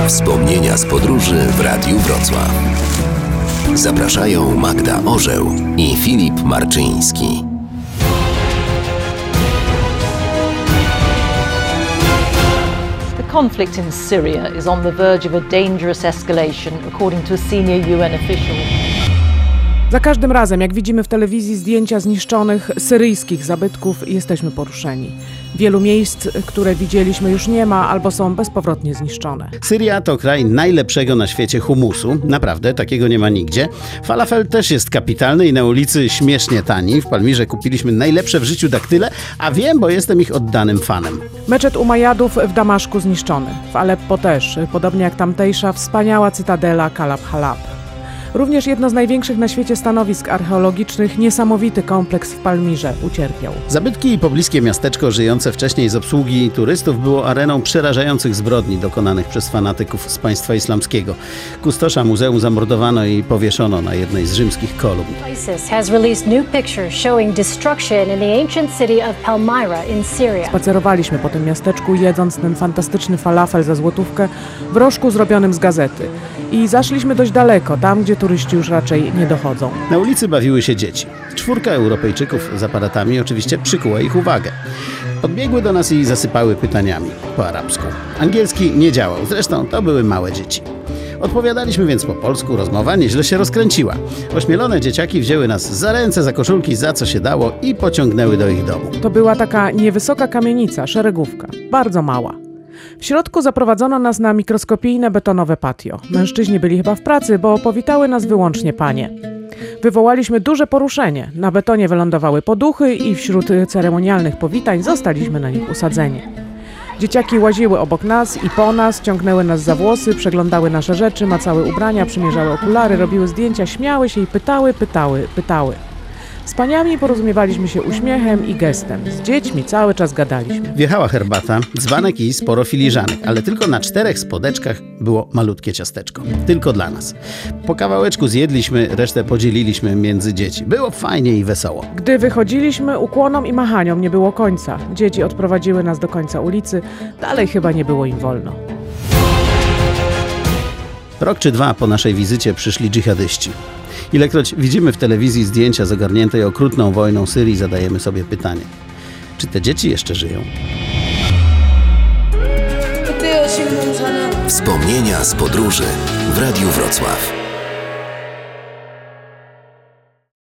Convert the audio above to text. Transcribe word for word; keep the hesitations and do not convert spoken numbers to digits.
Wspomnienia z podróży w Radiu Wrocław. Zapraszają Magda Orzeł i Filip Marczyński. The conflict in Syria is on the verge of a dangerous escalation, according to a senior U N official. Za każdym razem, jak widzimy w telewizji zdjęcia zniszczonych syryjskich zabytków, jesteśmy poruszeni. Wielu miejsc, które widzieliśmy, już nie ma albo są bezpowrotnie zniszczone. Syria to kraj najlepszego na świecie humusu. Naprawdę, takiego nie ma nigdzie. Falafel też jest kapitalny i na ulicy śmiesznie tani. W Palmirze kupiliśmy najlepsze w życiu daktyle, a wiem, bo jestem ich oddanym fanem. Meczet Umajadów w Damaszku zniszczony. W Aleppo też, podobnie jak tamtejsza wspaniała cytadela Kalab Halab. Również jedno z największych na świecie stanowisk archeologicznych, niesamowity kompleks w Palmirze, ucierpiał. Zabytki i pobliskie miasteczko żyjące wcześniej z obsługi turystów było areną przerażających zbrodni dokonanych przez fanatyków z państwa islamskiego. Kustosza muzeum zamordowano i powieszono na jednej z rzymskich kolumn. ISIS has released new pictures showing destruction in the ancient city of Palmyra in Syria. Spacerowaliśmy po tym miasteczku, jedząc ten fantastyczny falafel za złotówkę w rożku zrobionym z gazety. I zaszliśmy dość daleko, tam gdzie turyści już raczej nie dochodzą. Na ulicy bawiły się dzieci. Czwórka Europejczyków z aparatami oczywiście przykuła ich uwagę. Podbiegły do nas i zasypały pytaniami po arabsku. Angielski nie działał, zresztą to były małe dzieci. Odpowiadaliśmy więc po polsku, rozmowa nieźle się rozkręciła. Ośmielone dzieciaki wzięły nas za ręce, za koszulki, za co się dało i pociągnęły do ich domu. To była taka niewysoka kamienica, szeregówka, bardzo mała. W środku zaprowadzono nas na mikroskopijne betonowe patio. Mężczyźni byli chyba w pracy, bo powitały nas wyłącznie panie. Wywołaliśmy duże poruszenie. Na betonie wylądowały poduchy i wśród ceremonialnych powitań zostaliśmy na nich usadzeni. Dzieciaki łaziły obok nas i po nas, ciągnęły nas za włosy, przeglądały nasze rzeczy, macały ubrania, przymierzały okulary, robiły zdjęcia, śmiały się i pytały, pytały, pytały. Z paniami porozumiewaliśmy się uśmiechem i gestem. Z dziećmi cały czas gadaliśmy. Wjechała herbata, dzbanek i sporo filiżanek, ale tylko na czterech spodeczkach było malutkie ciasteczko. Tylko dla nas. Po kawałeczku zjedliśmy, resztę podzieliliśmy między dzieci. Było fajnie i wesoło. Gdy wychodziliśmy, ukłonom i machaniom nie było końca. Dzieci odprowadziły nas do końca ulicy. Dalej chyba nie było im wolno. Rok czy dwa po naszej wizycie przyszli dżihadyści. Ilekroć widzimy w telewizji zdjęcia z ogarniętej okrutną wojną Syrii, zadajemy sobie pytanie, czy te dzieci jeszcze żyją? Wspomnienia z podróży w Radiu Wrocław.